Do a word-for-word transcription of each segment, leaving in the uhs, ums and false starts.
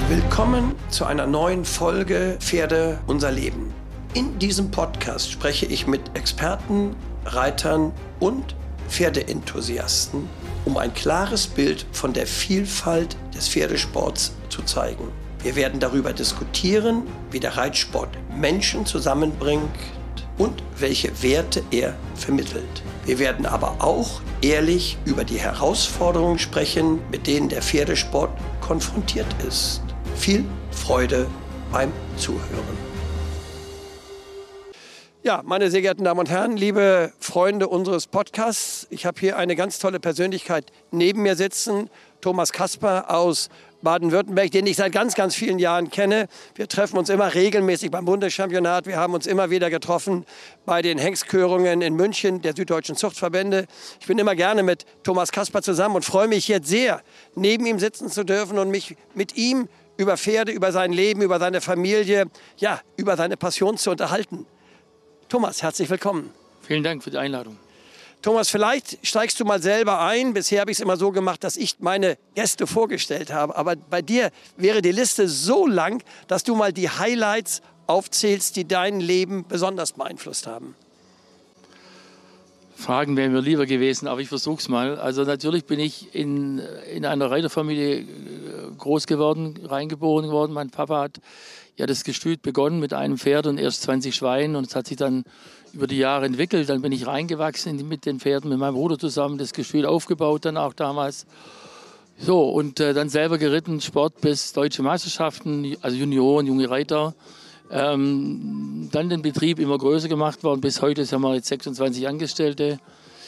Willkommen zu einer neuen Folge Pferde unser Leben. In diesem Podcast spreche ich mit Experten, Reitern und Pferdeenthusiasten, um ein klares Bild von der Vielfalt des Pferdesports zu zeigen. Wir werden darüber diskutieren, wie der Reitsport Menschen zusammenbringt und welche Werte er vermittelt. Wir werden aber auch ehrlich über die Herausforderungen sprechen, mit denen der Pferdesport konfrontiert ist. Viel Freude beim Zuhören. Ja, meine sehr geehrten Damen und Herren, liebe Freunde unseres Podcasts, ich habe hier eine ganz tolle Persönlichkeit neben mir sitzen, Thomas Kasper aus Baden-Württemberg, den ich seit ganz, ganz vielen Jahren kenne. Wir treffen uns immer regelmäßig beim Bundeschampionat. Wir haben uns immer wieder getroffen bei den Hengstkörungen in München, der Süddeutschen Zuchtverbände. Ich bin immer gerne mit Thomas Kasper zusammen und freue mich jetzt sehr, neben ihm sitzen zu dürfen und mich mit ihm über Pferde, über sein Leben, über seine Familie, ja, über seine Passion zu unterhalten. Thomas, herzlich willkommen. Vielen Dank für die Einladung. Thomas, vielleicht steigst du mal selber ein. Bisher habe ich es immer so gemacht, dass ich meine Gäste vorgestellt habe. Aber bei dir wäre die Liste so lang, dass du mal die Highlights aufzählst, die dein Leben besonders beeinflusst haben. Fragen wären mir lieber gewesen, aber ich versuche es mal. Also natürlich bin ich in, in einer Reiterfamilie groß geworden, reingeboren worden. Mein Papa hat ja das Gestüt begonnen mit einem Pferd und erst zwanzig Schweinen. Und es hat sich dann über die Jahre entwickelt. Dann bin ich reingewachsen mit den Pferden, mit meinem Bruder zusammen, das Gestüt aufgebaut dann auch damals. So, und äh, dann selber geritten, Sport bis deutsche Meisterschaften, also Junioren, junge Reiter. Ähm, dann den Betrieb immer größer gemacht worden. Bis heute haben wir jetzt sechsundzwanzig Angestellte.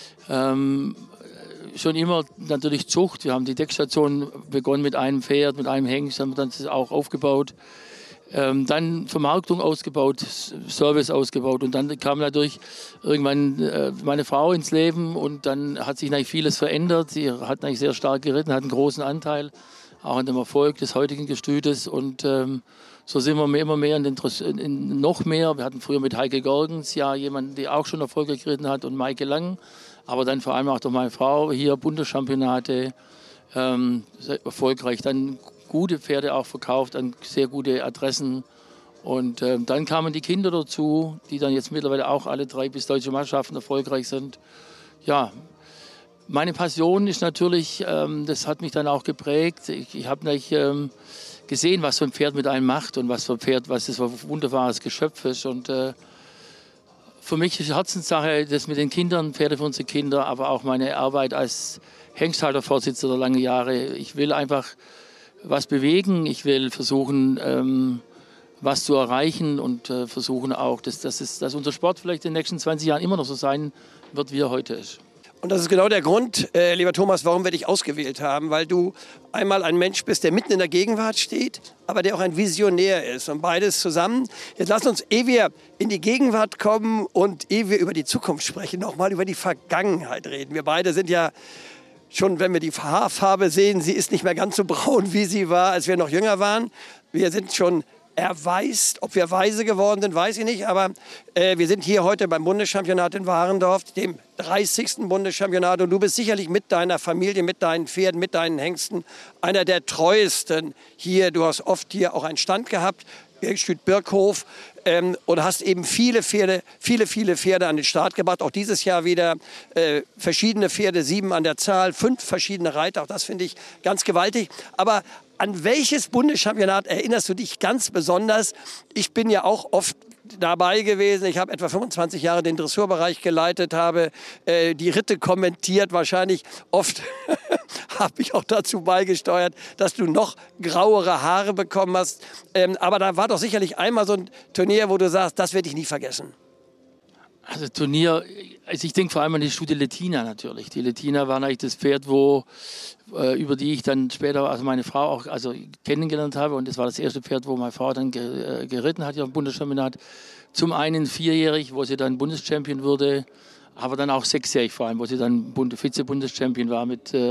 Ähm, schon immer natürlich Zucht. Wir haben die Deckstation begonnen mit einem Pferd, mit einem Hengst, haben wir dann das auch aufgebaut. Ähm, dann Vermarktung ausgebaut, Service ausgebaut und dann kam natürlich irgendwann äh, meine Frau ins Leben und dann hat sich natürlich vieles verändert. Sie hat natürlich sehr stark geritten, hat einen großen Anteil auch an dem Erfolg des heutigen Gestütes und ähm, so sind wir immer mehr in, den, in noch mehr. Wir hatten früher mit Heike Gorgens ja jemanden, der auch schon erfolgreich geritten hat und Maike Lang, aber dann vor allem auch durch meine Frau hier Bundeschampionate ähm, sehr erfolgreich. Dann gute Pferde auch verkauft an sehr gute Adressen. Und äh, dann kamen die Kinder dazu, die dann jetzt mittlerweile auch alle drei bis deutsche Meisterschaften erfolgreich sind. Ja, meine Passion ist natürlich, ähm, das hat mich dann auch geprägt. Ich, ich habe natürlich ähm, gesehen, was so ein Pferd mit einem macht und was für ein Pferd, was das für ein wunderbares Geschöpf ist. Und äh, für mich ist Herzenssache, das mit den Kindern, Pferde für unsere Kinder, aber auch meine Arbeit als Hengsthaltervorsitzender lange Jahre. Ich will einfach was bewegen. Ich will versuchen, ähm, was zu erreichen und äh, versuchen auch, dass, dass, es, dass unser Sport vielleicht in den nächsten zwanzig Jahren immer noch so sein wird, wie er heute ist. Und das ist genau der Grund, äh, lieber Thomas, warum wir dich ausgewählt haben, weil du einmal ein Mensch bist, der mitten in der Gegenwart steht, aber der auch ein Visionär ist und beides zusammen. Jetzt lass uns, ehe wir in die Gegenwart kommen und ehe wir über die Zukunft sprechen, noch mal über die Vergangenheit reden. Wir beide sind ja schon, wenn wir die Haarfarbe sehen, sie ist nicht mehr ganz so braun, wie sie war, als wir noch jünger waren. Wir sind schon erweist. Ob wir weise geworden sind, weiß ich nicht. Aber äh, wir sind hier heute beim Bundeschampionat in Warendorf, dem dreißigsten Bundeschampionat. Und du bist sicherlich mit deiner Familie, mit deinen Pferden, mit deinen Hengsten einer der treuesten hier. Du hast oft hier auch einen Stand gehabt, Gestüt Birkhof, ähm, und hast eben viele Pferde, viele, viele Pferde an den Start gebracht. Auch dieses Jahr wieder äh, verschiedene Pferde, sieben an der Zahl, fünf verschiedene Reiter. Auch das finde ich ganz gewaltig. Aber an welches Bundeschampionat erinnerst du dich ganz besonders? Ich bin ja auch oft dabei gewesen. Ich habe etwa fünfundzwanzig Jahre den Dressurbereich geleitet, habe äh, die Ritte kommentiert. Wahrscheinlich oft habe ich auch dazu beigesteuert, dass du noch grauere Haare bekommen hast. Ähm, aber da war doch sicherlich einmal so ein Turnier, wo du sagst, das werde ich nie vergessen. Also Turnier, also ich denke vor allem an die Stute Lettina natürlich. Die Lettina war eigentlich das Pferd, wo, äh, über die ich dann später, also meine Frau auch also kennengelernt habe. Und das war das erste Pferd, wo meine Frau dann ge, äh, geritten hat, ja, im Bundeschampionat. Zum einen vierjährig, wo sie dann Bundeschampion wurde, aber dann auch sechsjährig vor allem, wo sie dann Vize-Bundeschampion war mit, äh,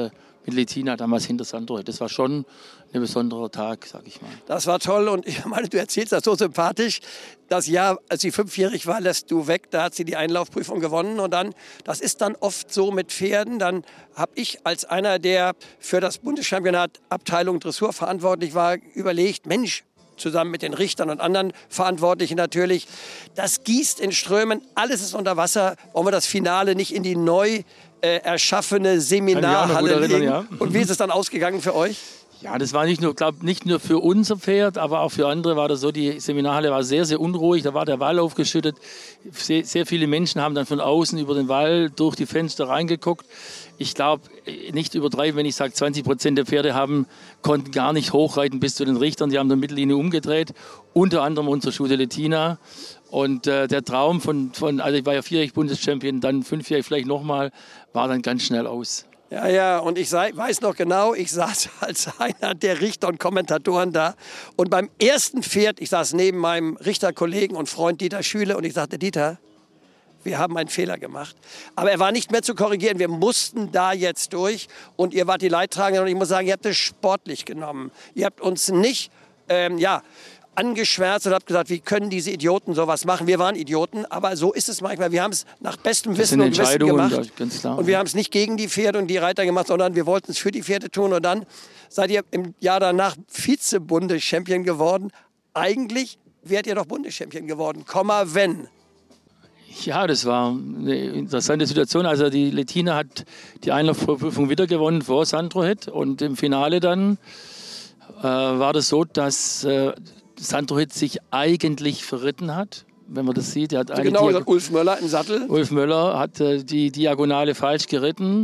mit Lettina damals hinter Sandro. Das war schon ein besonderer Tag, sag ich mal. Das war toll und ich meine, du erzählst das so sympathisch. Das Jahr, als sie fünfjährig war, lässt du weg, da hat sie die Einlaufprüfung gewonnen und dann, das ist dann oft so mit Pferden, dann habe ich als einer, der für das Bundeschampionat Abteilung Dressur verantwortlich war, überlegt, Mensch, zusammen mit den Richtern und anderen Verantwortlichen natürlich, das gießt in Strömen, alles ist unter Wasser, wollen wir das Finale nicht in die neu äh, erschaffene Seminarhalle legen? Ja. Und wie ist es dann ausgegangen für euch? Ja, das war nicht nur, glaub, nicht nur für unser Pferd, aber auch für andere war das so. Die Seminarhalle war sehr, sehr unruhig. Da war der Wall aufgeschüttet. Sehr, sehr viele Menschen haben dann von außen über den Wall durch die Fenster reingeguckt. Ich glaube, nicht übertreiben, wenn ich sage, zwanzig Prozent der Pferde haben, konnten gar nicht hochreiten bis zu den Richtern. Die haben die Mittellinie umgedreht. Unter anderem unsere Stute Lettina. Und äh, der Traum von, von, also ich war ja vierjährig Bundeschampion, dann fünfjährig vielleicht nochmal, war dann ganz schnell aus. Ja, ja, und ich sei, weiß noch genau, ich saß als einer der Richter und Kommentatoren da. Und beim ersten Pferd, ich saß neben meinem Richterkollegen und Freund Dieter Schüle und ich sagte, Dieter, wir haben einen Fehler gemacht. Aber er war nicht mehr zu korrigieren, wir mussten da jetzt durch. Und ihr wart die Leidtragenden und ich muss sagen, ihr habt es sportlich genommen. Ihr habt uns nicht, ähm, ja... angeschwärzt und habe gesagt, wie können diese Idioten sowas machen? Wir waren Idioten, aber so ist es manchmal. Wir haben es nach bestem Wissen und Gewissen gemacht. Ganz klar. Und wir haben es nicht gegen die Pferde und die Reiter gemacht, sondern wir wollten es für die Pferde tun. Und dann seid ihr im Jahr danach Vize-Bundeschampion geworden. Eigentlich wärt ihr doch Bundeschampion geworden, Komma, wenn. Ja, das war eine interessante Situation. Also die Lettina hat die Einlaufprüfung wieder gewonnen vor Sandrohit. Und im Finale dann äh, war das so, dass... Äh, Sandrohit sich eigentlich verritten hat, wenn man das sieht. Er hat also genau gesagt, Ulf Möller im Sattel. Ulf Möller hat äh, die Diagonale falsch geritten.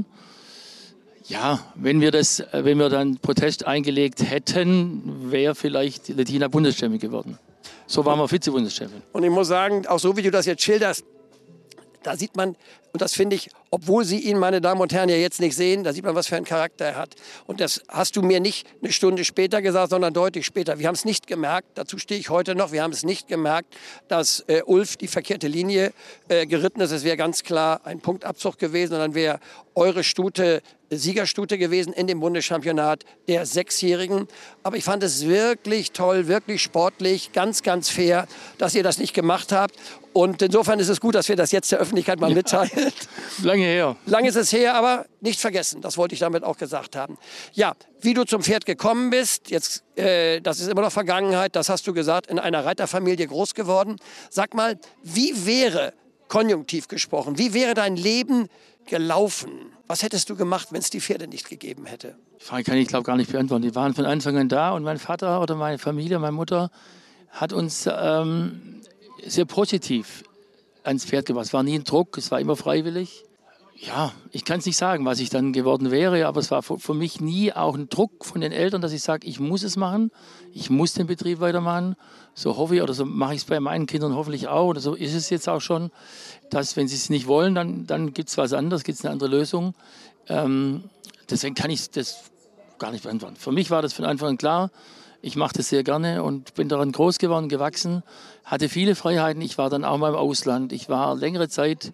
Ja, wenn wir, das, äh, wenn wir dann Protest eingelegt hätten, wäre vielleicht Lettina Bundeschampion geworden. So waren wir Vize-Bundeschampion. Und ich muss sagen, auch so wie du das jetzt schilderst, da sieht man, und das finde ich, obwohl Sie ihn, meine Damen und Herren, ja jetzt nicht sehen, da sieht man, was für einen Charakter er hat. Und das hast du mir nicht eine Stunde später gesagt, sondern deutlich später. Wir haben es nicht gemerkt, dazu stehe ich heute noch, wir haben es nicht gemerkt, dass äh, Ulf die verkehrte Linie äh, geritten ist. Es wäre ganz klar ein Punktabzug gewesen und dann wäre eure Stute Siegerstute gewesen in dem Bundeschampionat der Sechsjährigen. Aber ich fand es wirklich toll, wirklich sportlich, ganz, ganz fair, dass ihr das nicht gemacht habt. Und insofern ist es gut, dass wir das jetzt der Öffentlichkeit mal ja. mitteilen. Lange her. Lange ist es her, aber nicht vergessen. Das wollte ich damit auch gesagt haben. Ja, wie du zum Pferd gekommen bist, jetzt, äh, das ist immer noch Vergangenheit, das hast du gesagt, in einer Reiterfamilie groß geworden. Sag mal, wie wäre, konjunktiv gesprochen, wie wäre dein Leben gelaufen? Was hättest du gemacht, wenn es die Pferde nicht gegeben hätte? Die Frage kann ich, glaube gar nicht beantworten. Die waren von Anfang an da und mein Vater oder meine Familie, meine Mutter hat uns ähm, sehr positiv ans Pferd gebracht. Es war nie ein Druck, es war immer freiwillig. Ja, ich kann es nicht sagen, was ich dann geworden wäre, aber es war für mich nie auch ein Druck von den Eltern, dass ich sage, ich muss es machen, ich muss den Betrieb weitermachen. So hoffe ich, oder so mache ich es bei meinen Kindern hoffentlich auch, oder so ist es jetzt auch schon, dass wenn sie es nicht wollen, dann, dann gibt es was anderes, gibt es eine andere Lösung. Ähm, deswegen kann ich das gar nicht beantworten. Für mich war das von Anfang an klar, ich mache das sehr gerne und bin daran groß geworden, gewachsen, hatte viele Freiheiten. Ich war dann auch mal im Ausland, ich war längere Zeit...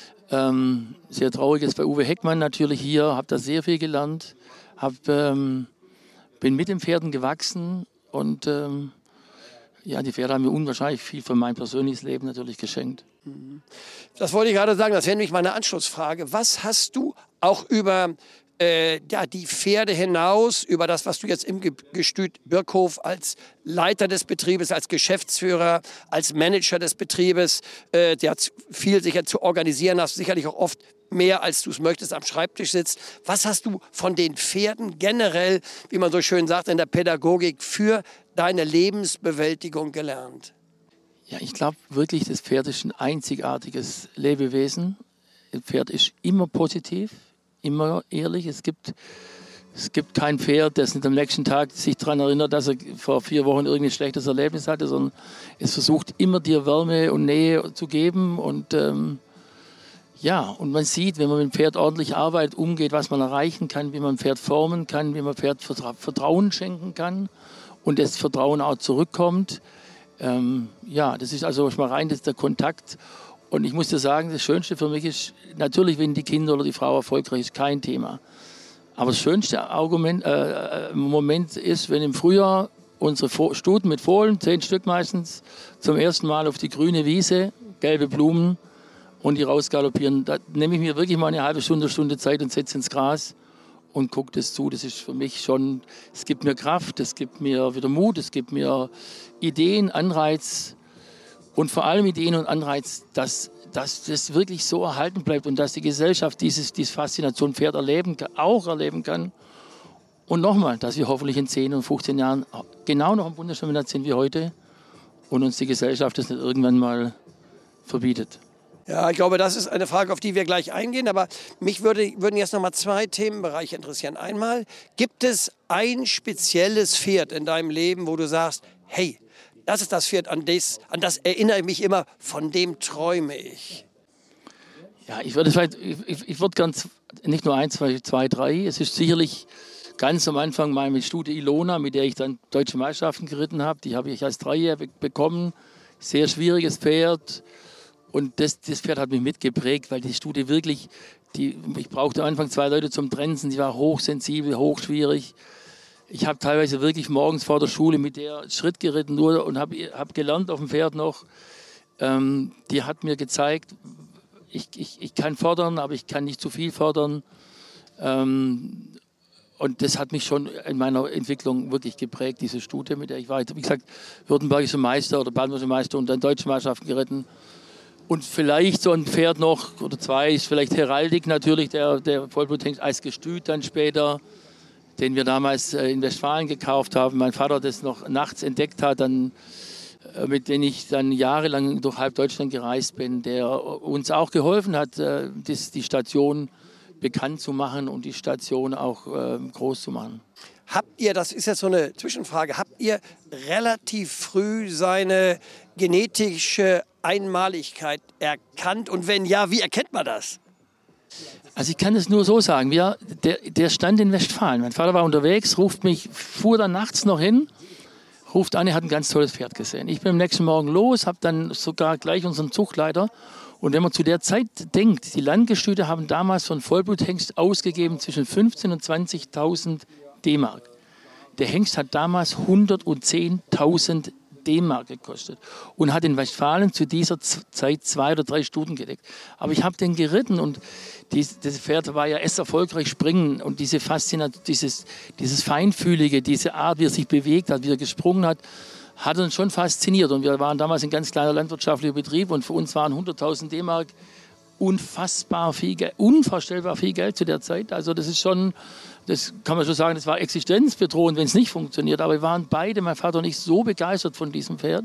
Ähm, sehr traurig ist bei Uwe Heckmann natürlich hier, habe da sehr viel gelernt, hab, ähm, bin mit den Pferden gewachsen und ähm, ja, die Pferde haben mir unwahrscheinlich viel für mein persönliches Leben natürlich geschenkt. Das wollte ich gerade sagen, das wäre nämlich meine Anschlussfrage. Was hast du auch über äh, ja, die Pferde hinaus, über das, was du jetzt im Gestüt Birkhof als Leiter des Betriebes, als Geschäftsführer, als Manager des Betriebes, äh, der hat viel sicher zu organisieren, hast sicherlich auch oft mehr, als du es möchtest, am Schreibtisch sitzt. Was hast du von den Pferden generell, wie man so schön sagt, in der Pädagogik für deine Lebensbewältigung gelernt? Ja, ich glaube wirklich, das Pferd ist ein einzigartiges Lebewesen. Das Pferd ist immer positiv, immer ehrlich. Es gibt, es gibt kein Pferd, das nicht am nächsten Tag sich daran erinnert, dass er vor vier Wochen irgendein schlechtes Erlebnis hatte, sondern es versucht immer dir Wärme und Nähe zu geben. Und ähm, ja, und man sieht, wenn man mit dem Pferd ordentlich arbeitet, umgeht, was man erreichen kann, wie man ein Pferd formen kann, wie man Pferd Vertra- Vertrauen schenken kann und das Vertrauen auch zurückkommt. Ähm, ja, das ist also schon mal rein, das ist der Kontakt. Und ich muss dir sagen, das Schönste für mich ist, natürlich, wenn die Kinder oder die Frau erfolgreich ist, kein Thema. Aber das schönste Argument, äh, Moment ist, wenn im Frühjahr unsere Stuten mit Fohlen, zehn Stück meistens, zum ersten Mal auf die grüne Wiese, gelbe Blumen und die rausgaloppieren. Da nehme ich mir wirklich mal eine halbe Stunde, Stunde Zeit und setze ins Gras und gucke das zu. Das ist für mich schon, es gibt mir Kraft, es gibt mir wieder Mut, es gibt mir Ideen, Anreiz und vor allem Ideen und Anreiz, dass, dass das wirklich so erhalten bleibt und dass die Gesellschaft dieses, diese Faszination Pferd erleben kann, auch erleben kann. Und nochmal, dass wir hoffentlich in zehn und fünfzehn Jahren genau noch im Bundeschampionat sind wie heute und uns die Gesellschaft das nicht irgendwann mal verbietet. Ja, ich glaube, das ist eine Frage, auf die wir gleich eingehen. Aber mich würde, würden jetzt noch mal zwei Themenbereiche interessieren. Einmal, gibt es ein spezielles Pferd in deinem Leben, wo du sagst, hey, das ist das Pferd, an das, an das erinnere ich mich immer, von dem träume ich? Ja, ich würde vielleicht, ich, ich würde ganz, nicht nur eins, zwei, zwei, drei. Es ist sicherlich ganz am Anfang meine Stute Ilona, mit der ich dann deutsche Meisterschaften geritten habe. Die habe ich als Dreijährige bekommen. Sehr schwieriges Pferd. Und das, das Pferd hat mich mitgeprägt, weil die Stute wirklich, die, ich brauchte am Anfang zwei Leute zum Trenzen. Die war hochsensibel, hochschwierig. Ich habe teilweise wirklich morgens vor der Schule mit der Schritt geritten nur und habe hab gelernt auf dem Pferd noch. Ähm, die hat mir gezeigt, ich, ich, ich kann fordern, aber ich kann nicht zu viel fordern. Ähm, Und das hat mich schon in meiner Entwicklung wirklich geprägt, diese Stute, mit der ich war. Wie gesagt, württembergischer Meister oder badenischer Meister und dann deutsche Meisterschaften geritten. Und vielleicht so ein Pferd noch, oder zwei, ist vielleicht Heraldik natürlich, der, der Vollbluthengst als Gestüt dann später, den wir damals in Westfalen gekauft haben. Mein Vater das noch nachts entdeckt hat, dann, mit dem ich dann jahrelang durch halb Deutschland gereist bin, der uns auch geholfen hat, die Station bekannt zu machen und die Station auch äh, groß zu machen. Habt ihr, das ist jetzt so eine Zwischenfrage, habt ihr relativ früh seine genetische Einmaligkeit erkannt? Und wenn ja, wie erkennt man das? Also ich kann es nur so sagen, wir, der, der stand in Westfalen. Mein Vater war unterwegs, ruft mich, fuhr dann nachts noch hin, ruft an, er hat ein ganz tolles Pferd gesehen. Ich bin am nächsten Morgen los, habe dann sogar gleich unseren Zuchtleiter. Und wenn man zu der Zeit denkt, die Landgestüte haben damals von Vollbluthengst ausgegeben zwischen fünfzehntausend und zwanzigtausend D-Mark. Der Hengst hat damals hundertzehntausend D-Mark gekostet und hat in Westfalen zu dieser Zeit zwei oder drei Stuten gedeckt. Aber ich habe den geritten und dies, das Pferd war ja erst erfolgreich springen und diese Faszination, dieses, dieses Feinfühlige, diese Art, wie er sich bewegt hat, wie er gesprungen hat, hat uns schon fasziniert. Und wir waren damals ein ganz kleiner landwirtschaftlicher Betrieb und für uns waren hunderttausend D-Mark unfassbar viel Geld, unvorstellbar viel Geld zu der Zeit. Also das ist schon, das kann man schon sagen, das war existenzbedrohend, wenn es nicht funktioniert. Aber wir waren beide, mein Vater und ich, so begeistert von diesem Pferd.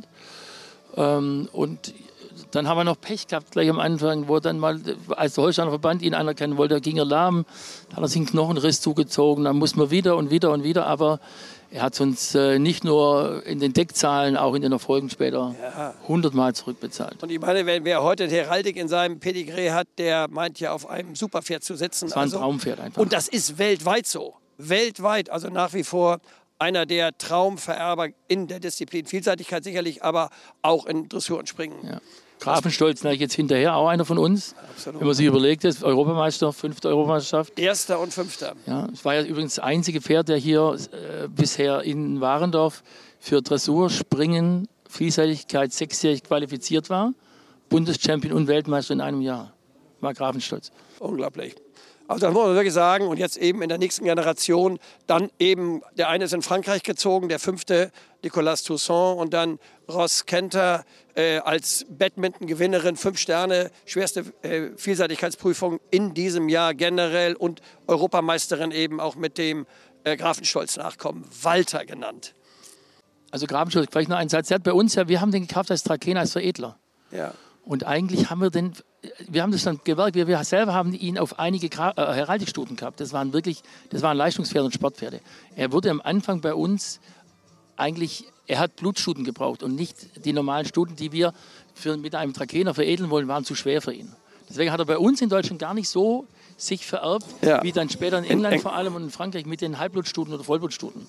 Und dann haben wir noch Pech gehabt, gleich am Anfang, wo dann mal, als der Holsteiner Verband ihn anerkennen wollte, da ging er lahm, da hat er sich einen Knochenriss zugezogen, dann mussten wir wieder und wieder und wieder, aber er hat uns äh, nicht nur in den Deckzahlen, auch in den Erfolgen später ja. hundertmal zurückbezahlt. Und ich meine, wer, wer heute Heraldik in seinem Pedigree hat, der meint ja auf einem Superpferd zu sitzen. Das war ein also, Traumpferd einfach. Und das ist weltweit so. Weltweit, also nach wie vor einer der Traumvererber in der Disziplin. Vielseitigkeit sicherlich, aber auch in Dressur und Springen. Ja. Grafenstolz, na, jetzt hinterher auch einer von uns. Absolut. Wenn man sich überlegt, ist Europameister, fünfte Europameisterschaft. Erster und Fünfter. Ja, es war ja übrigens das einzige Pferd, der hier äh, bisher in Warendorf für Dressur, Springen, Vielseitigkeit sechsjährig qualifiziert war. Bundeschampion und Weltmeister in einem Jahr. War Grafenstolz. Unglaublich. Also das muss man wirklich sagen. Und jetzt eben in der nächsten Generation, dann eben, der eine ist in Frankreich gezogen, der fünfte Nicolas Toussaint und dann Ross Kenter äh, als Badminton-Gewinnerin, fünf Sterne, schwerste äh, Vielseitigkeitsprüfung in diesem Jahr generell und Europameisterin eben auch mit dem äh, Grafenstolz-Nachkommen, Walter genannt. Also Grafenstolz, vielleicht noch ein Satz. Der hat bei uns ja, wir haben den gekauft als Trakehner, als Veredler. Ja. Und eigentlich haben wir den, wir haben das dann gewerkt, wir, wir selber haben ihn auf einige Gra äh, Heraldikstuten gehabt. Das waren wirklich, das waren Leistungspferde und Sportpferde. Er wurde am Anfang bei uns eigentlich, er hat Blutstuten gebraucht und nicht die normalen Stuten, die wir für, mit einem Trakehner veredeln wollen, waren zu schwer für ihn. Deswegen hat er bei uns in Deutschland gar nicht so sich vererbt, ja. wie dann später in England in, vor allem und in Frankreich mit den Halbblutstuten oder Vollblutstuten.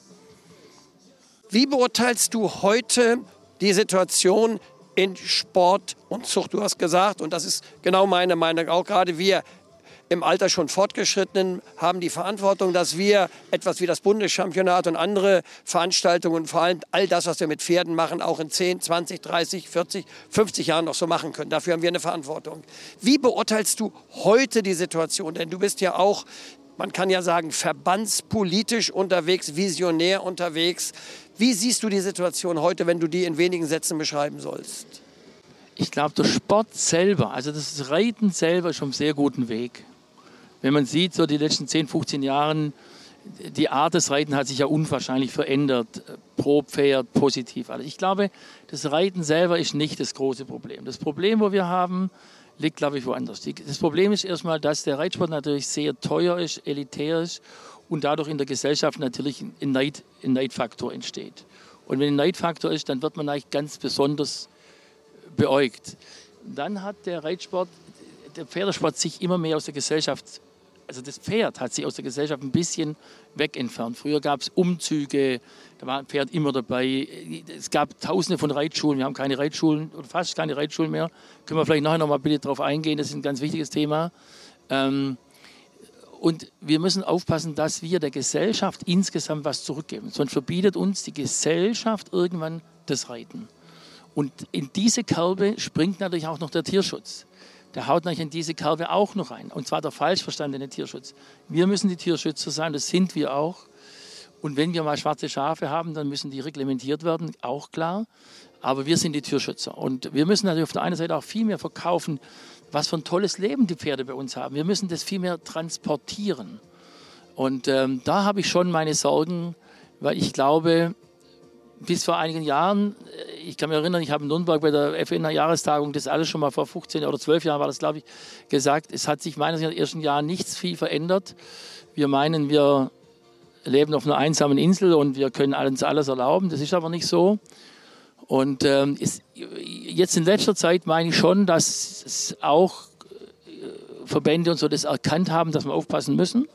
Wie beurteilst du heute die Situation in Sport und Zucht? Du hast gesagt, und das ist genau meine Meinung auch, gerade wir im Alter schon Fortgeschrittenen haben die Verantwortung, dass wir etwas wie das Bundeschampionat und andere Veranstaltungen und vor allem all das, was wir mit Pferden machen, auch in zehn, zwanzig, dreißig, vierzig, fünfzig Jahren noch so machen können. Dafür haben wir eine Verantwortung. Wie beurteilst du heute die Situation? Denn du bist ja auch, man kann ja sagen, verbandspolitisch unterwegs, visionär unterwegs. Wie siehst du die Situation heute, wenn du die in wenigen Sätzen beschreiben sollst? Ich glaube, der Sport selber, also das Reiten selber ist schon auf einem sehr guten Weg. Wenn man sieht, so die letzten zehn, fünfzehn Jahre, die Art des Reiten hat sich ja unwahrscheinlich verändert, pro Pferd, positiv. Also ich glaube, das Reiten selber ist nicht das große Problem. Das Problem, wo wir haben, liegt, glaube ich, woanders. Das Problem ist erstmal, dass der Reitsport natürlich sehr teuer ist, elitär ist und dadurch in der Gesellschaft natürlich ein, Neid, ein Neidfaktor entsteht. Und wenn ein Neidfaktor ist, dann wird man eigentlich ganz besonders beäugt. Dann hat der Reitsport, der Pferdesport sich immer mehr aus der Gesellschaft, also das Pferd hat sich aus der Gesellschaft ein bisschen weg entfernt. Früher gab es Umzüge, da war ein Pferd immer dabei. Es gab tausende von Reitschulen, wir haben keine Reitschulen oder fast keine Reitschulen mehr. Können wir vielleicht nachher noch mal bitte drauf eingehen, das ist ein ganz wichtiges Thema. Ähm, und wir müssen aufpassen, dass wir der Gesellschaft insgesamt was zurückgeben. Sonst verbietet uns die Gesellschaft irgendwann das Reiten. Und in diese Kerbe springt natürlich auch noch der Tierschutz. Der haut natürlich in diese Kerbe auch noch rein. Und zwar der falsch verstandene Tierschutz. Wir müssen die Tierschützer sein, das sind wir auch. Und wenn wir mal schwarze Schafe haben, dann müssen die reglementiert werden, auch klar. Aber wir sind die Tierschützer. Und wir müssen natürlich auf der einen Seite auch viel mehr verkaufen, was für ein tolles Leben die Pferde bei uns haben. Wir müssen das viel mehr transportieren. Und ähm, da habe ich schon meine Sorgen, weil ich glaube, bis vor einigen Jahren, ich kann mich erinnern, ich habe in Nürnberg bei der F N-Jahrestagung das alles schon mal vor fünfzehn oder zwölf Jahren war das, glaube ich, gesagt. Es hat sich meines Erachtens in den ersten Jahren nichts viel verändert. Wir meinen, wir leben auf einer einsamen Insel und wir können uns alles erlauben. Das ist aber nicht so. Und ähm, ist, jetzt in letzter Zeit meine ich schon, dass es auch Verbände und so das erkannt haben, dass wir aufpassen müssen.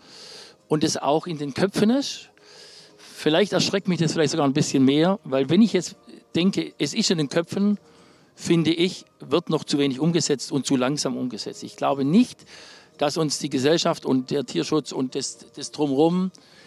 Und es auch in den Köpfen ist. Vielleicht erschreckt mich das vielleicht sogar ein bisschen mehr, weil wenn ich jetzt denke, es ist in den Köpfen, finde ich, wird noch zu wenig umgesetzt und zu langsam umgesetzt. Ich glaube nicht, dass uns die Gesellschaft und der Tierschutz und das, das Drumherum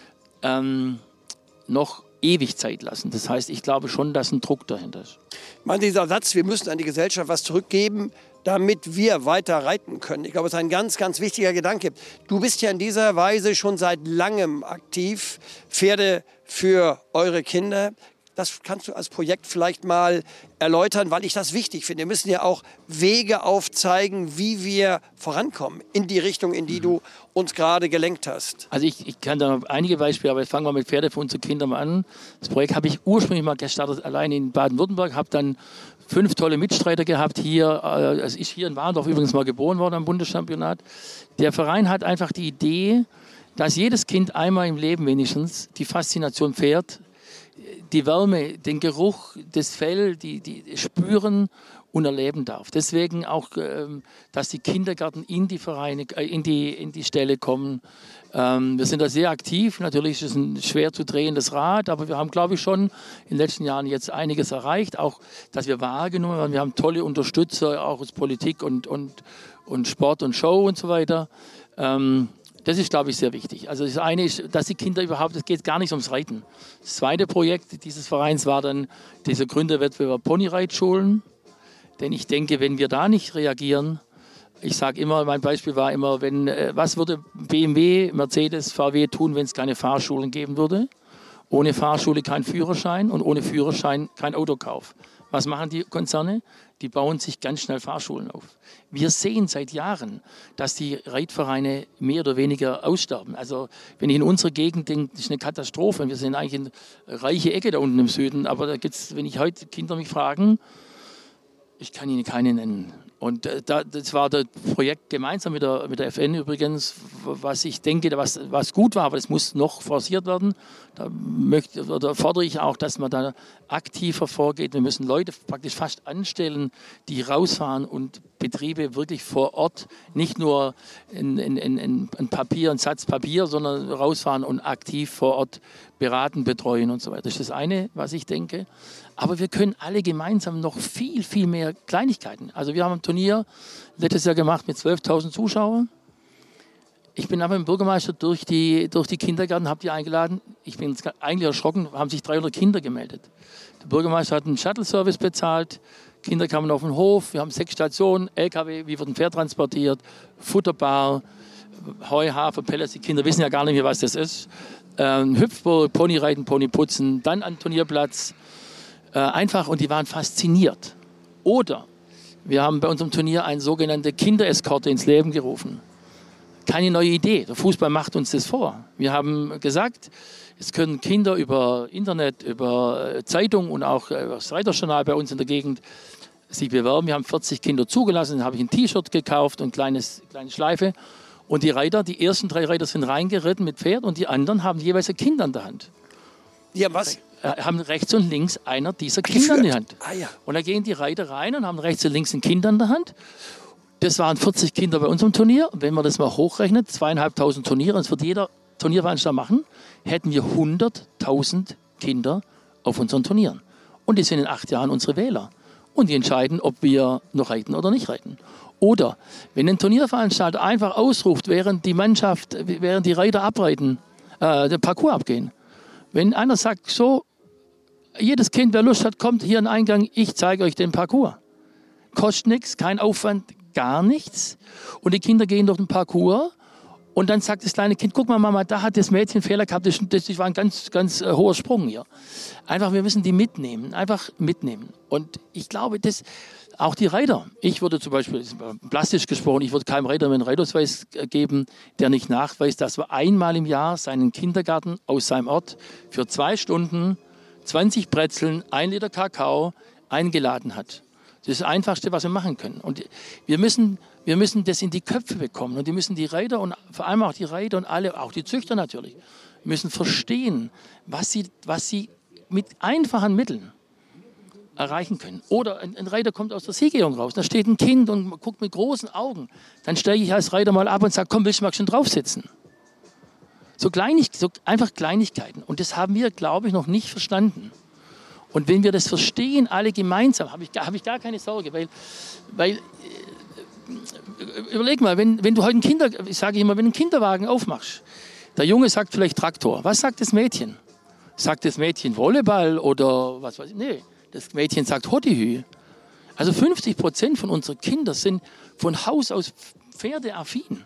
ähm, noch ewig Zeit lassen. Das heißt, ich glaube schon, dass ein Druck dahinter ist. Ich meine, dieser Satz, wir müssen an die Gesellschaft was zurückgeben, damit wir weiter reiten können. Ich glaube, es ist ein ganz, ganz wichtiger Gedanke. Du bist ja in dieser Weise schon seit langem aktiv. Pferde für eure Kinder. Das kannst du als Projekt vielleicht mal erläutern, weil ich das wichtig finde. Wir müssen ja auch Wege aufzeigen, wie wir vorankommen in die Richtung, in die du uns gerade gelenkt hast. Also ich, ich kann da einige Beispiele, aber fangen wir mit Pferde für unsere Kinder mal an. Das Projekt habe ich ursprünglich mal gestartet, allein in Baden-Württemberg, habe dann fünf tolle Mitstreiter gehabt hier. Also ich hier in Warndorf übrigens mal geboren worden am Bundeschampionat. Der Verein hat einfach die Idee, dass jedes Kind einmal im Leben wenigstens die Faszination Pferd, die Wärme, den Geruch, das Fell, die, die spüren und erleben darf. Deswegen auch, dass die Kindergärten in die Vereine, in die, in die Ställe kommen. Wir sind da sehr aktiv. Natürlich ist es ein schwer zu drehendes Rad, aber wir haben, glaube ich, schon in den letzten Jahren jetzt einiges erreicht. Auch, dass wir wahrgenommen werden. Wir haben tolle Unterstützer, auch aus Politik und, und, und Sport und Show und so weiter. Das ist, glaube ich, sehr wichtig. Also das eine ist, dass die Kinder überhaupt, es geht gar nicht ums Reiten. Das zweite Projekt dieses Vereins war dann dieser Gründerwettbewerb Ponyreitschulen. Denn ich denke, wenn wir da nicht reagieren, ich sage immer, mein Beispiel war immer, wenn, was würde B M W, Mercedes, V W tun, wenn es keine Fahrschulen geben würde? Ohne Fahrschule kein Führerschein und ohne Führerschein kein Autokauf. Was machen die Konzerne? Die bauen sich ganz schnell Fahrschulen auf. Wir sehen seit Jahren, dass die Reitvereine mehr oder weniger aussterben. Also wenn ich in unsere Gegend denke, das ist eine Katastrophe. Wir sind eigentlich eine reiche Ecke da unten im Süden. Aber da gibt's, wenn ich heute Kinder mich fragen, ich kann Ihnen keine nennen. Und äh, da, das war das Projekt gemeinsam mit der, mit der F N übrigens, was ich denke, was, was gut war, aber das muss noch forciert werden. Da möchte, oder fordere ich auch, dass man da aktiver vorgeht. Wir müssen Leute praktisch fast anstellen, die rausfahren und Betriebe wirklich vor Ort, nicht nur in, in, in, in Papier, ein Satz Papier, sondern rausfahren und aktiv vor Ort beraten, betreuen und so weiter. Das ist das eine, was ich denke. Aber wir können alle gemeinsam noch viel, viel mehr Kleinigkeiten. Also wir haben ein Turnier letztes Jahr gemacht mit zwölftausend Zuschauern. Ich bin aber mit dem Bürgermeister durch die, durch die Kindergärten, habe die eingeladen. Ich bin eigentlich erschrocken, haben sich dreihundert Kinder gemeldet. Der Bürgermeister hat einen Shuttle-Service bezahlt, Kinder kamen auf den Hof, wir haben sechs Stationen, L K W, wie wird ein Pferd transportiert, Futterbar, Heu, Hafer, Pellets, die Kinder wissen ja gar nicht mehr, was das ist. Ähm, Hüpfburg, Ponyreiten, Ponyputzen, dann an Turnierplatz. Äh, einfach, und die waren fasziniert. Oder wir haben bei unserem Turnier eine sogenannte Kindereskorte ins Leben gerufen. Keine neue Idee. Der Fußball macht uns das vor. Wir haben gesagt, es können Kinder über Internet, über Zeitung und auch über das Reiterjournal bei uns in der Gegend sich bewerben. Wir haben vierzig Kinder zugelassen, dann habe ich ein T-Shirt gekauft und eine kleine Schleife. Und die Reiter, die ersten drei Reiter sind reingeritten mit Pferd und die anderen haben jeweils ein Kind an der Hand. Die haben was? Äh, haben rechts und links einer dieser Kinder an der Hand. Ah, ja. Und da gehen die Reiter rein und haben rechts und links ein Kind an der Hand. Das waren vierzig Kinder bei unserem Turnier. Wenn man das mal hochrechnet, zweieinhalbtausend Turniere, das wird jeder Turnierveranstalter machen, hätten wir hunderttausend Kinder auf unseren Turnieren. Und die sind in acht Jahren unsere Wähler. Und die entscheiden, ob wir noch reiten oder nicht reiten. Oder wenn ein Turnierveranstalter einfach ausruft, während die Mannschaft, während die Reiter abreiten, äh, den Parcours abgehen. Wenn einer sagt, so, jedes Kind, wer Lust hat, kommt hier in den Eingang, ich zeige euch den Parcours. Kostet nichts, kein Aufwand, gar nichts. Und die Kinder gehen durch den Parcours und dann sagt das kleine Kind, guck mal Mama, da hat das Mädchen Fehler gehabt, das, das war ein ganz, ganz äh, hoher Sprung hier. Einfach, wir müssen die mitnehmen, einfach mitnehmen. Und ich glaube, das, auch die Reiter, ich würde zum Beispiel, plastisch gesprochen, ich würde keinem Reiter einen Reitausweis geben, der nicht nachweist, dass er einmal im Jahr seinen Kindergarten aus seinem Ort für zwei Stunden zwanzig Brezeln, ein Liter Kakao eingeladen hat. Das ist das Einfachste, was wir machen können. Und wir müssen, wir müssen das in die Köpfe bekommen. Und die müssen die Reiter und vor allem auch die Reiter und alle, auch die Züchter natürlich, müssen verstehen, was sie, was sie mit einfachen Mitteln erreichen können. Oder ein, ein Reiter kommt aus der Siegerehrung raus, da steht ein Kind und guckt mit großen Augen. Dann steige ich als Reiter mal ab und sage, komm, willst du mal schon drauf sitzen? So, Kleinig, so einfach Kleinigkeiten. Und das haben wir, glaube ich, noch nicht verstanden. Und wenn wir das verstehen, alle gemeinsam, habe ich, hab ich gar keine Sorge, weil, weil äh, überleg mal, wenn, wenn du heute einen Kinder, ich sage immer, wenn du einen Kinderwagen aufmachst, der Junge sagt vielleicht Traktor, was sagt das Mädchen? Sagt das Mädchen Volleyball oder was weiß ich? Nee, das Mädchen sagt Hottihü. Also fünfzig Prozent von unseren Kindern sind von Haus aus pferdeaffin.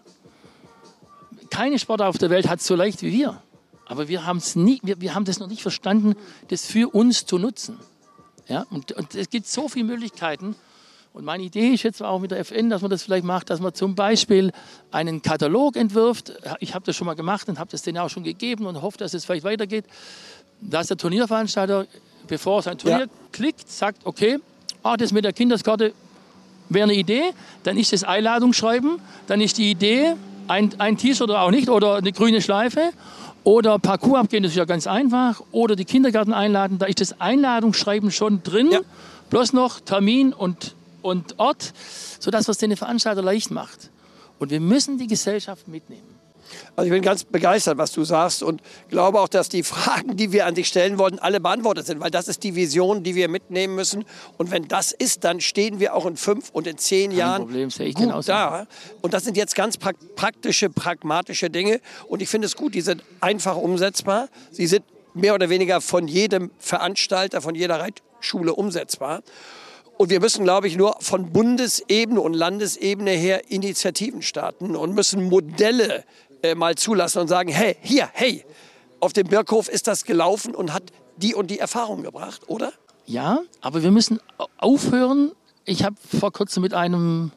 Keine Sportart auf der Welt hat es so leicht wie wir. Aber wir, nie, wir, wir haben das noch nicht verstanden, das für uns zu nutzen. Ja? Und, und es gibt so viele Möglichkeiten. Und meine Idee ist jetzt auch mit der F N, dass man das vielleicht macht, dass man zum Beispiel einen Katalog entwirft. Ich habe das schon mal gemacht und habe das denen auch schon gegeben und hoffe, dass es vielleicht weitergeht. Dass der Turnierveranstalter, bevor er sein Turnier ja. klickt, sagt, okay, ah, das mit der Kinderskarte wäre eine Idee. Dann ist das Einladungsschreiben, dann ist die Idee, ein, ein T-Shirt oder auch nicht oder eine grüne Schleife. Oder Parcours abgehen, das ist ja ganz einfach. Oder die Kindergärten einladen, da ist das Einladungsschreiben schon drin. Ja. Bloß noch Termin und, und Ort, sodass es den Veranstalter leicht macht. Und wir müssen die Gesellschaft mitnehmen. Also ich bin ganz begeistert, was du sagst und glaube auch, dass die Fragen, die wir an dich stellen wollten, alle beantwortet sind, weil das ist die Vision, die wir mitnehmen müssen. Und wenn das ist, dann stehen wir auch in fünf und in zehn Kein Jahren Problem, sehe ich gut genauso. da. Und das sind jetzt ganz pra praktische, pragmatische Dinge. Und ich finde es gut, die sind einfach umsetzbar. Sie sind mehr oder weniger von jedem Veranstalter, von jeder Reitschule umsetzbar. Und wir müssen, glaube ich, nur von Bundesebene und Landesebene her Initiativen starten und müssen Modelle äh, mal zulassen und sagen, hey, hier, hey, auf dem Birkhof ist das gelaufen und hat die und die Erfahrung gebracht, oder? Ja, aber wir müssen aufhören. Ich habe vor kurzem mit einem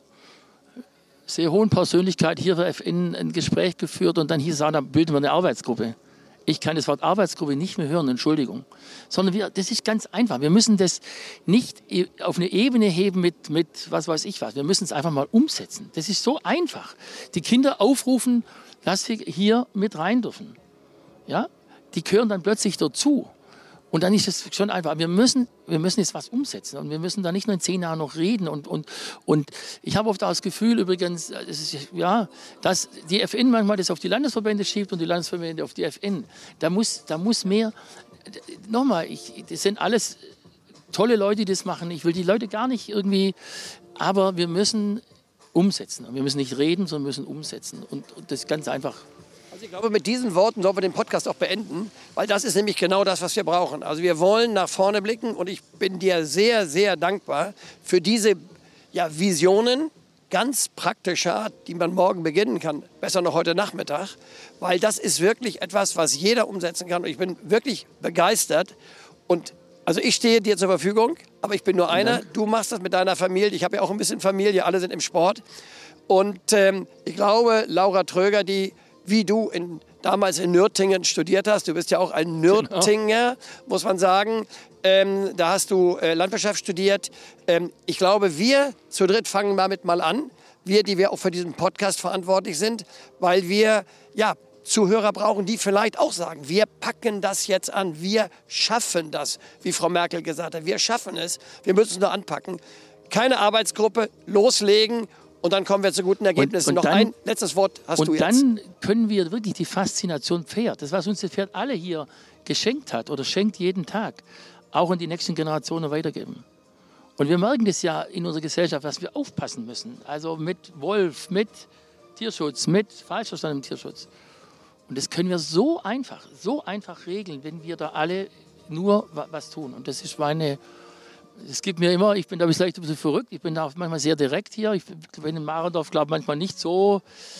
sehr hohen Persönlichkeit hier bei F N ein Gespräch geführt und dann hieß es, da bilden wir eine Arbeitsgruppe. Ich kann das Wort Arbeitsgruppe nicht mehr hören, Entschuldigung. Sondern wir, das ist ganz einfach. Wir müssen das nicht auf eine Ebene heben mit, mit was weiß ich was. Wir müssen es einfach mal umsetzen. Das ist so einfach. Die Kinder aufrufen, dass sie hier mit rein dürfen. Ja? Die gehören dann plötzlich dazu. Und dann ist es schon einfach. Wir müssen, wir müssen jetzt was umsetzen. Und wir müssen da nicht nur in zehn Jahren noch reden. Und, und, und ich habe oft auch das Gefühl, übrigens, es ist, ja, dass die F N manchmal das auf die Landesverbände schiebt und die Landesverbände auf die F N. Da muss, da muss mehr. Nochmal, ich, das sind alles tolle Leute, die das machen. Ich will die Leute gar nicht irgendwie. Aber wir müssen umsetzen. Und wir müssen nicht reden, sondern müssen umsetzen. Und, und das ist ganz einfach. Also ich glaube, mit diesen Worten sollten wir den Podcast auch beenden, weil das ist nämlich genau das, was wir brauchen. Also wir wollen nach vorne blicken und ich bin dir sehr, sehr dankbar für diese ja, Visionen, ganz praktischer Art, die man morgen beginnen kann, besser noch heute Nachmittag, weil das ist wirklich etwas, was jeder umsetzen kann. Und ich bin wirklich begeistert. Und also ich stehe dir zur Verfügung, aber ich bin nur einer. Du machst das mit deiner Familie. Ich habe ja auch ein bisschen Familie, alle sind im Sport. Und ähm, ich glaube, Laura Tröger, die wie du in, damals in Nürtingen studiert hast, du bist ja auch ein Nürtinger, genau. muss man sagen. Ähm, da hast du äh, Landwirtschaft studiert. Ähm, ich glaube, wir zu dritt fangen damit mal an. Wir, die wir auch für diesen Podcast verantwortlich sind, weil wir ja, Zuhörer brauchen, die vielleicht auch sagen, wir packen das jetzt an, wir schaffen das, wie Frau Merkel gesagt hat. Wir schaffen es, wir müssen es nur anpacken. Keine Arbeitsgruppe, loslegen. Und dann kommen wir zu guten Ergebnissen. Und, und Noch dann, ein letztes Wort hast und du jetzt. Und dann können wir wirklich die Faszination Pferd, das was uns das Pferd alle hier geschenkt hat oder schenkt jeden Tag, auch in die nächsten Generationen weitergeben. Und wir merken das ja in unserer Gesellschaft, dass wir aufpassen müssen. Also mit Wolf, mit Tierschutz, mit falsch verstandenem Tierschutz. Und das können wir so einfach, so einfach regeln, wenn wir da alle nur was tun. Und das ist meine... Es gibt mir immer, ich bin da vielleicht ein bisschen verrückt, ich bin da manchmal sehr direkt hier. Ich bin in Marendorf, glaube ich, manchmal nicht so.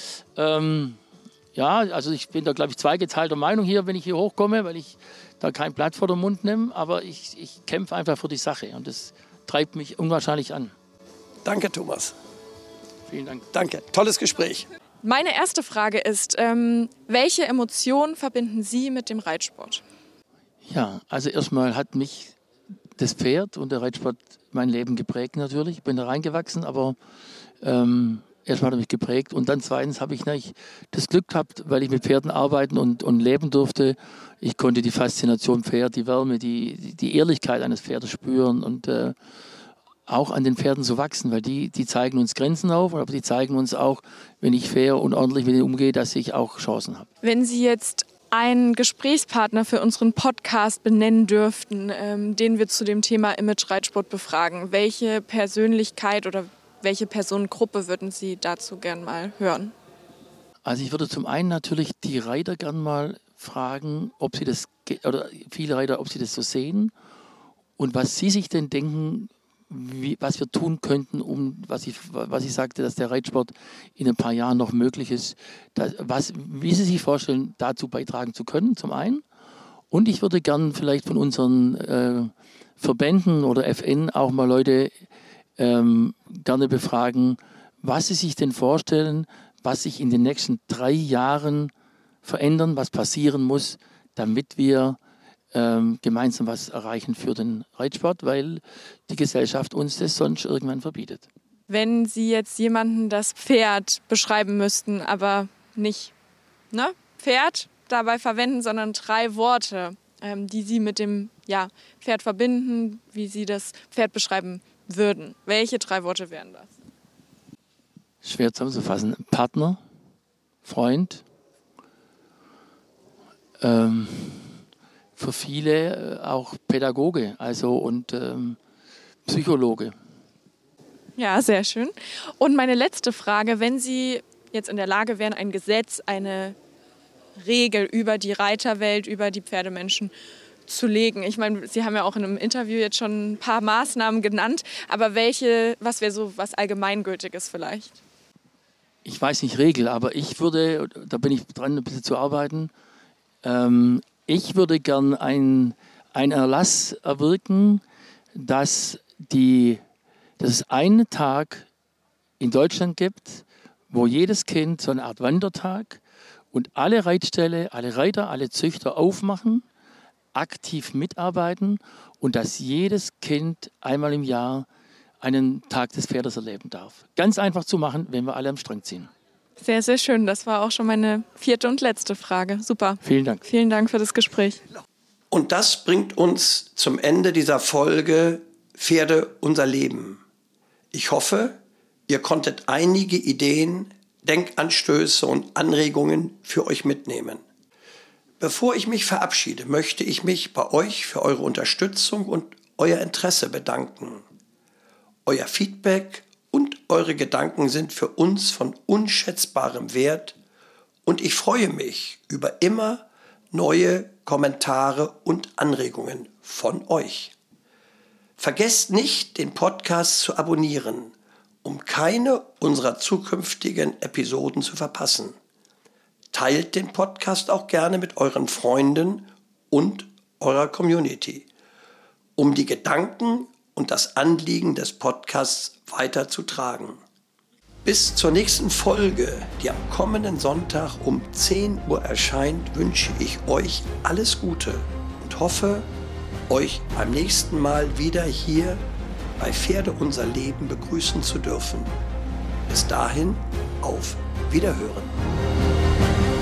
Ähm, ja, also ich bin da, glaube ich, zweigeteilter Meinung hier, wenn ich hier hochkomme, weil ich da kein Blatt vor den Mund nehme. Aber ich, ich kämpfe einfach für die Sache und das treibt mich unwahrscheinlich an. Danke, Thomas. Vielen Dank. Danke, tolles Gespräch. Meine erste Frage ist, ähm, welche Emotionen verbinden Sie mit dem Reitsport? Ja, also erstmal hat mich das Pferd und der Reitsport mein Leben geprägt natürlich. Ich bin da reingewachsen, aber ähm, erstmal hat er mich geprägt. Und dann zweitens habe ich nicht das Glück gehabt, weil ich mit Pferden arbeiten und, und leben durfte. Ich konnte die Faszination Pferd, die Wärme, die, die Ehrlichkeit eines Pferdes spüren und äh, auch an den Pferden so wachsen, weil die, die zeigen uns Grenzen auf, aber die zeigen uns auch, wenn ich fair und ordentlich mit ihnen umgehe, dass ich auch Chancen habe. Wenn Sie jetzt einen Gesprächspartner für unseren Podcast benennen dürften, ähm, den wir zu dem Thema Image-Reitsport befragen, welche Persönlichkeit oder welche Personengruppe würden Sie dazu gern mal hören? Also ich würde zum einen natürlich die Reiter gern mal fragen, ob sie das, oder viele Reiter, ob sie das so sehen und was sie sich denn denken, wie, was wir tun könnten, um, was ich, was ich sagte, dass der Reitsport in ein paar Jahren noch möglich ist, dass, was, wie sie sich vorstellen, dazu beitragen zu können, zum einen. Und ich würde gern vielleicht von unseren äh, Verbänden oder F N auch mal Leute ähm, gerne befragen, was sie sich denn vorstellen, was sich in den nächsten drei Jahren verändern, was passieren muss, damit wir ähm, gemeinsam was erreichen für den Reitsport, weil die Gesellschaft uns das sonst irgendwann verbietet. Wenn Sie jetzt jemanden das Pferd beschreiben müssten, aber nicht ne, Pferd dabei verwenden, sondern drei Worte, ähm, die Sie mit dem ja, Pferd verbinden, wie Sie das Pferd beschreiben würden. Welche drei Worte wären das? Schwer zusammenzufassen. Partner, Freund, ähm, für viele auch Pädagoge, also und ähm, Psychologe. Ja, sehr schön. Und meine letzte Frage, wenn Sie jetzt in der Lage wären, ein Gesetz, eine Regel über die Reiterwelt, über die Pferdemenschen zu legen. Ich meine, Sie haben ja auch in einem Interview jetzt schon ein paar Maßnahmen genannt, aber welche, was wäre so was Allgemeingültiges vielleicht? Ich weiß nicht Regel, aber ich würde, da bin ich dran, ein bisschen zu arbeiten, ähm, ich würde gern einen Erlass erwirken, dass, die, dass es einen Tag in Deutschland gibt, wo jedes Kind so eine Art Wandertag und alle Reitställe, alle Reiter, alle Züchter aufmachen, aktiv mitarbeiten und dass jedes Kind einmal im Jahr einen Tag des Pferdes erleben darf. Ganz einfach zu machen, wenn wir alle am Strang ziehen. Sehr, sehr schön. Das war auch schon meine vierte und letzte Frage. Super. Vielen Dank. Vielen Dank für das Gespräch. Und das bringt uns zum Ende dieser Folge Pferde, unser Leben. Ich hoffe, ihr konntet einige Ideen, Denkanstöße und Anregungen für euch mitnehmen. Bevor ich mich verabschiede, möchte ich mich bei euch für eure Unterstützung und euer Interesse bedanken. Euer Feedback und eure Gedanken sind für uns von unschätzbarem Wert und ich freue mich über immer neue Kommentare und Anregungen von euch. Vergesst nicht, den Podcast zu abonnieren, um keine unserer zukünftigen Episoden zu verpassen. Teilt den Podcast auch gerne mit euren Freunden und eurer Community, um die Gedanken und das Anliegen des Podcasts weiterzutragen. Bis zur nächsten Folge, die am kommenden Sonntag um zehn Uhr erscheint, wünsche ich euch alles Gute und hoffe, euch beim nächsten Mal wieder hier bei Pferde unser Leben begrüßen zu dürfen. Bis dahin, auf Wiederhören.